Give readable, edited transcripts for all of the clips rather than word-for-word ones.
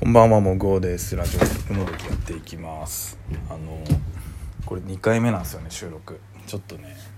こんばんは、もごです。ラジオスもどきやっていきます。これ2回目なんですよね、収録。ちょっと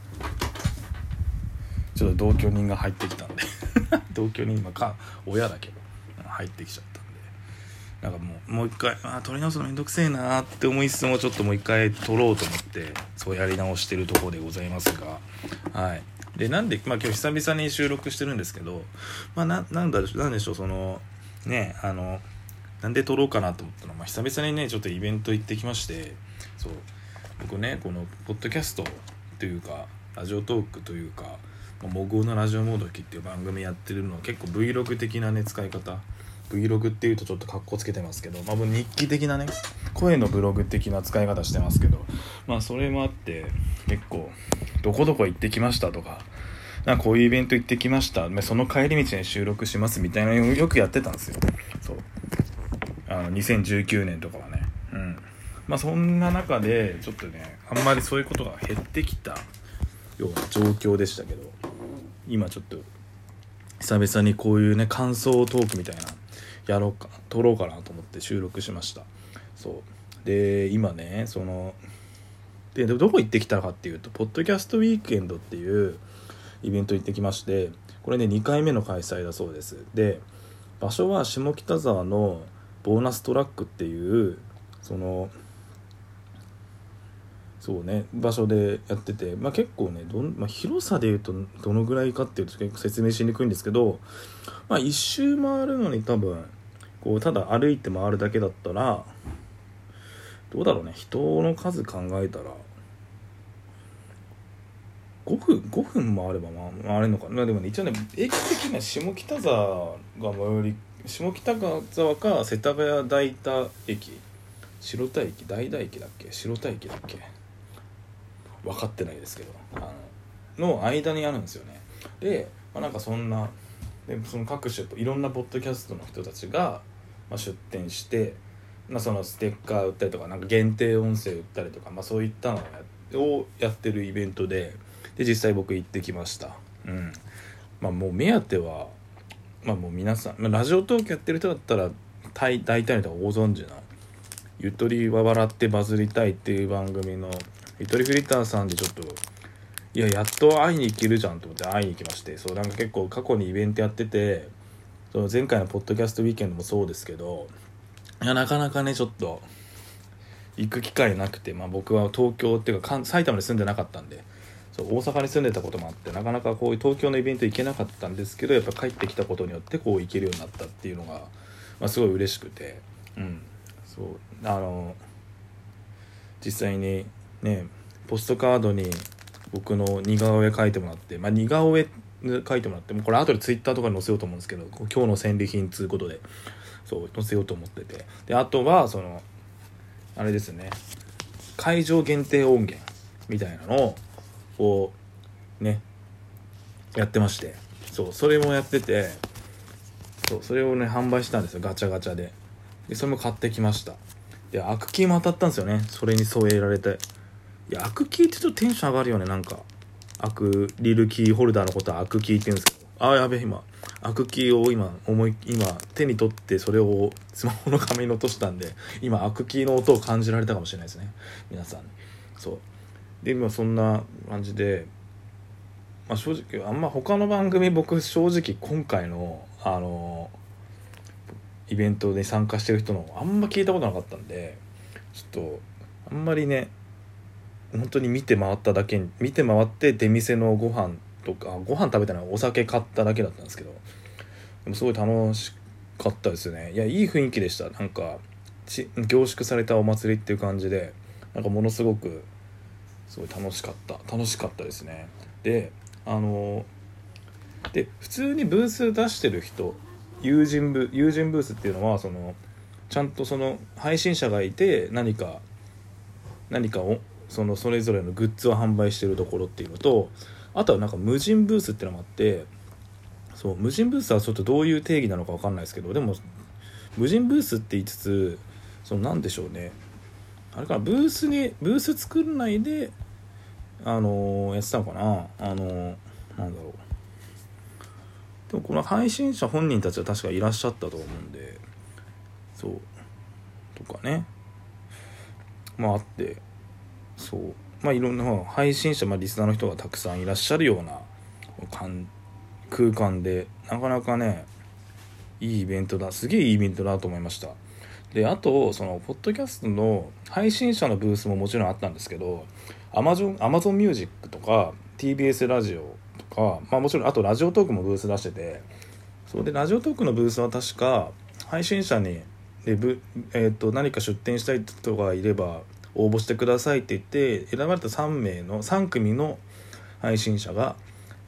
同居人が入ってきたんで同居人親だけど入ってきちゃったんで、なんかもう一回撮り直すのめんどくせえなって思いつつも、ちょっともう一回撮ろうと思ってそうやり直してるところでございますが、はい。でなんで今日久々に収録してるんですけど、なんでしょう、そのねなんで撮ろうかなと思ったのは、久々にねちょっとイベント行ってきまして、そう僕ねこのポッドキャストというかラジオトークというかもごのラジオモードキっていう番組やってるのは結構 Vlog 的なね使い方、 Vlog っていうとちょっとカッコつけてますけど、日記的なね声のブログ的な使い方してますけど、それもあって結構どこどこ行ってきましたとか、こういうイベント行ってきました、その帰り道に収録しますみたいなのをよくやってたんですよ。そう2019年とかはね、そんな中でちょっとねあんまりそういうことが減ってきたような状況でしたけど、今ちょっと久々にこういうね感想トークみたいな撮ろうかなと思って収録しました。そうで今ねどこ行ってきたかっていうと、ポッドキャストウィークエンドっていうイベント行ってきまして、これね2回目の開催だそうです。で場所は下北沢のボーナストラックっていう場所でやってて、結構ね広さでいうとどのぐらいかっていうと結構説明しにくいんですけど、一周回るのに多分ただ歩いて回るだけだったらどうだろうね、人の数考えたら5分回れば回れるのかな。でもね一応ね駅的には下北沢が最寄り、下北沢か世田谷代田駅、白田駅代田駅だっけ白田駅だっけ分かってないですけど、の間にあるんですよね。で、そんなでその各種いろんなポッドキャストの人たちが、出展して、そのステッカー売ったりとか限定音声売ったりとか、そういったのをやってるイベントで実際僕行ってきました。もう目当てはもう皆さん、ラジオトークやってる人だったら大体の人がご存知なゆとりは笑ってバズりたいっていう番組のゆとりフリーターさんで、ちょっとやっと会いに行けるじゃんと思って会いに行きまして、結構過去にイベントやってて、前回のポッドキャストウィーケンドもそうですけど、なかなかねちょっと行く機会なくて、僕は東京っていうか埼玉に住んでなかったんで、大阪に住んでたこともあってなかなかこういう東京のイベント行けなかったんですけど、やっぱ帰ってきたことによって行けるようになったっていうのが、すごい嬉しくて、実際にねポストカードに僕の似顔絵描いてもらって、似顔絵描いてもらって、もうこれ後でツイッターとかに載せようと思うんですけど、今日の戦利品つうことで載せようと思ってて、であとはあれですね、会場限定音源みたいなのをねやってまして、それもやってて、それをね販売したんですよ、ガチャガチャで。それも買ってきました。でアクキーも当たったんですよね、それに添えられて。アクキーってちょっとテンション上がるよね。アクリルキーホルダーのことはアクキーって言うんですけど、やべえ、今アクキーを今手に取ってそれをスマホの画面に落としたんで、今アクキーの音を感じられたかもしれないですね、皆さん。で今そんな感じで、正直あんま他の番組僕正直今回のイベントで参加してる人のあんま聞いたことなかったんで、ちょっとあんまりね本当に見て回って出店のご飯食べたのはお酒買っただけだったんですけど、でもすごい楽しかったですね。いい雰囲気でした。凝縮されたお祭りっていう感じで、ものすごくすごい楽しかったですね。で普通にブース出してる人、友人ブースっていうのはちゃんと配信者がいて何かをそれぞれのグッズを販売してるところっていうのと、あとは無人ブースっていうのもあって、無人ブースはちょっとどういう定義なのか分かんないですけど、でも無人ブースって言いつつなんでしょうね、あれかな、ブース作らないでやってたのかな、なんだろう。でもこの配信者本人たちは確かいらっしゃったと思うんで、 そうとかねあってそういろんな配信者、リスナーの人がたくさんいらっしゃるような空間でなかなかねいいイベントだすげえいいイベントだと思いました。であとそのポッドキャストの配信者のブースももちろんあったんですけどAmazon Music とか TBS ラジオとか、もちろんあとラジオトークもブース出してて、そうでラジオトークのブースは確か配信者に何か出展したい人がいれば応募してくださいって言って選ばれた3組の配信者が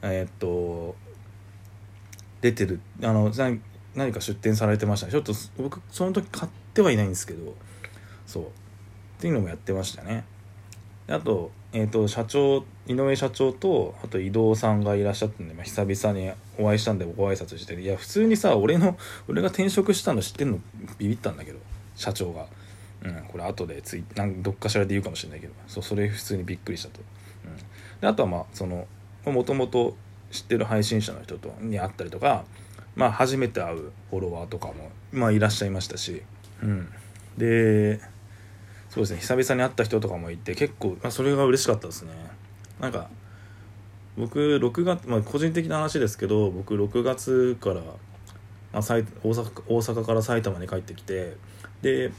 出てる何か出展されてましたね。ちょっと僕その時買ってはいないんですけどそうっていうのもやってましたね。あと、社長井上社長とあと伊藤さんがいらっしゃったんで、久々にお会いしたんでご挨拶して、いや普通にさ俺が転職したの知ってんのビビったんだけど社長が、これ後でどっかしらで言うかもしれないけどそれ普通にびっくりしたと、であとはもともと知ってる配信者の人に会ったりとか、初めて会うフォロワーとかもいらっしゃいましたし、でそうですね久々に会った人とかもいて結構、それが嬉しかったですね。なんか僕6月、個人的な話ですけど僕6月から、大阪から埼玉に帰ってきてで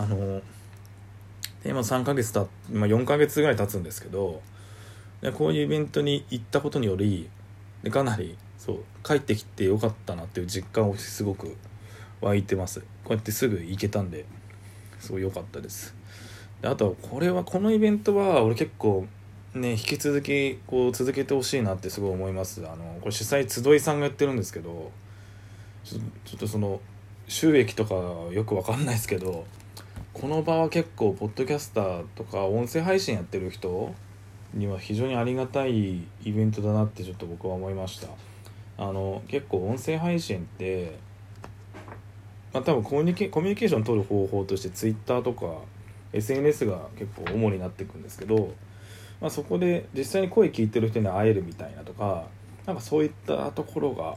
今3ヶ月4ヶ月ぐらい経つんですけど、でこういうイベントに行ったことによりかなり帰ってきてよかったなっていう実感をすごく湧いてます。こうやってすぐ行けたんですごい良かったです。であとこのイベントは俺結構ね引き続き続けてほしいなってすごい思います。これ主催集いさんがやってるんですけどちょっとその収益とかよく分かんないですけどこの場は結構ポッドキャスターとか音声配信やってる人には非常にありがたいイベントだなってちょっと僕は思いました。結構音声配信って多分コミュニケーション取る方法として Twitter とか SNS が結構主になっていくんですけど、そこで実際に声聞いてる人に会えるみたいなとかそういったところが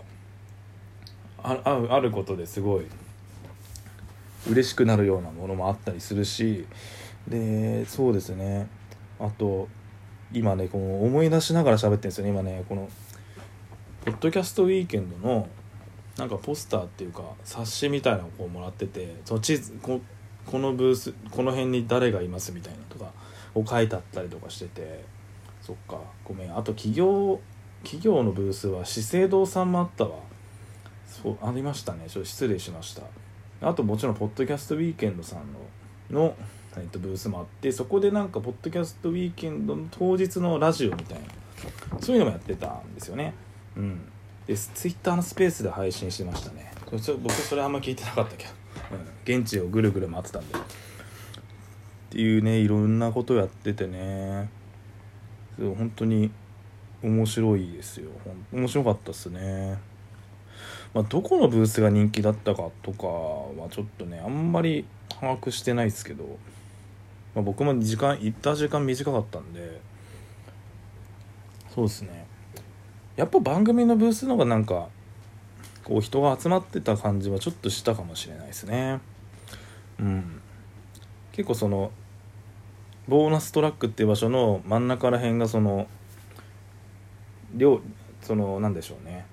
あることですごい嬉しくなるようなものもあったりするし、でそうですねあと今ねこの思い出しながら喋ってるんですよね。今ねこのポッドキャストウィーケンドのポスターっていうか冊子みたいなのをもらってて、その地図このブースこの辺に誰がいますみたいなとかを書いてあったりとかしてて、そっかごめんあと企業のブースは資生堂さんもあったわ。そうありましたね。ちょっと失礼しました。あともちろんポッドキャストウィーケンドさんのブースもあって、そこでポッドキャストウィーケンドの当日のラジオみたいなそういうのもやってたんですよね。でツイッターのスペースで配信してましたね。僕それあんま聞いてなかったけど、現地をぐるぐる回ってたんでっていうねいろんなことやっててね本当に面白いですよ。面白かったっすね。どこのブースが人気だったかとかはちょっとねあんまり把握してないですけど、僕も行った時間短かったんでそうですねやっぱ番組のブースの方が人が集まってた感じはちょっとしたかもしれないですね。結構そのボーナストラックっていう場所の真ん中ら辺がなんでしょうね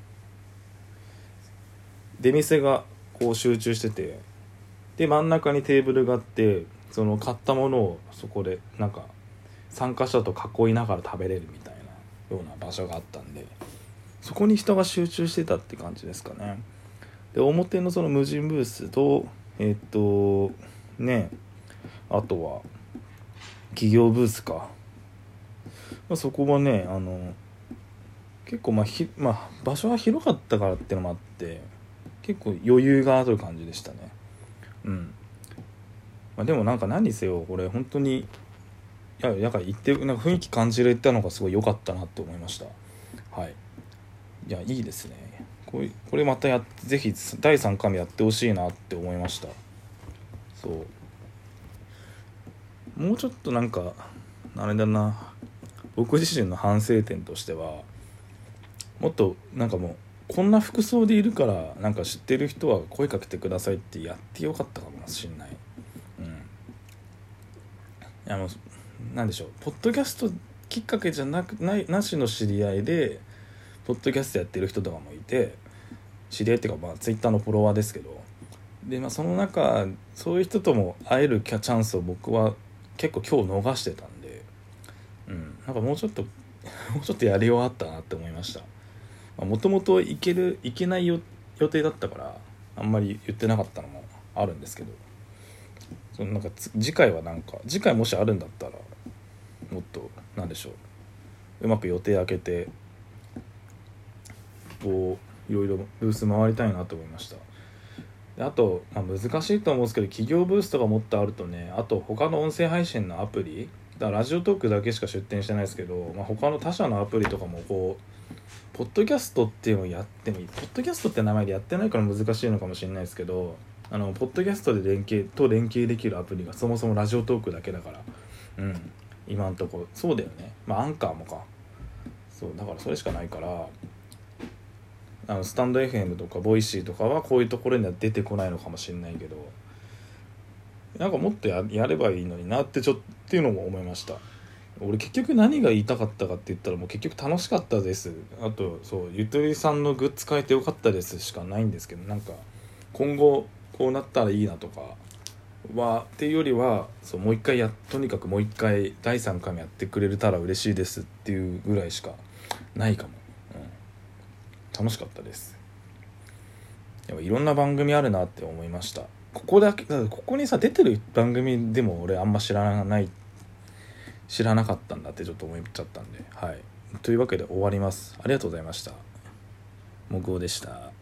出店が集中してて、で真ん中にテーブルがあって買ったものをそこで参加者と囲いながら食べれるみたいなような場所があったんで、そこに人が集中してたって感じですかね。で表のその無人ブースとあとは企業ブースか、そこはね結構場所は広かったからっていうのもあって結構余裕がある感じでしたね。でも何にせよこれ本当に行って雰囲気感じれたのがすごい良かったなって思いました。はい、いやいいですね。これまたぜひ第3回目やってほしいなって思いました。そうもうちょっとあれだな僕自身の反省点としてはもっともうこんな服装でいるからなんか知ってる人は声かけてくださいってやってよかったかもしんない。なんでしょう、ポッドキャストきっかけじゃなしの知り合いでポッドキャストやってる人とかもいて、知り合いっていうかツイッターのフォロワーですけど、でその中そういう人とも会えるチャンスを僕は結構今日逃してたんで、なんかもうちょっとやりようあったなって思いました。もともと行けない予定だったからあんまり言ってなかったのもあるんですけど、なんか次回もしあるんだったらもっとなんでしょう、まく予定開けてこういろいろブース回りたいなと思いました。であと、難しいと思うんですけど、企業ブースとかもっとあるとね、あと他の音声配信のアプリだからラジオトークだけしか出展してないですけど、他の他社のアプリとかもこうポッドキャストっていうのをやってもいい、ポッドキャストって名前でやってないから難しいのかもしれないですけど、ポッドキャストで連携できるアプリがそもそもラジオトークだけだから、今んとこそうだよね。アンカーもか、そうだからそれしかないから、スタンド FM とかボイシーとかはこういうところには出てこないのかもしれないけど、なんかもっと やればいいのになってっていうのも思いました。俺結局何が言いたかったかって言ったら、もう結局楽しかったです、あとそうゆとりさんのグッズ買えてよかったですしかないんですけど、なんか今後こうなったらいいなとかっていうよりは、そうもう一回とにかくもう一回第3回もやってくれたら嬉しいですっていうぐらいしかないかも。楽しかったです。やっぱいろんな番組あるなって思いました。ここにさ出てる番組でも俺あんま知らなかったんだってちょっと思っちゃったんで、はい。というわけで終わります。ありがとうございました。木魚でした。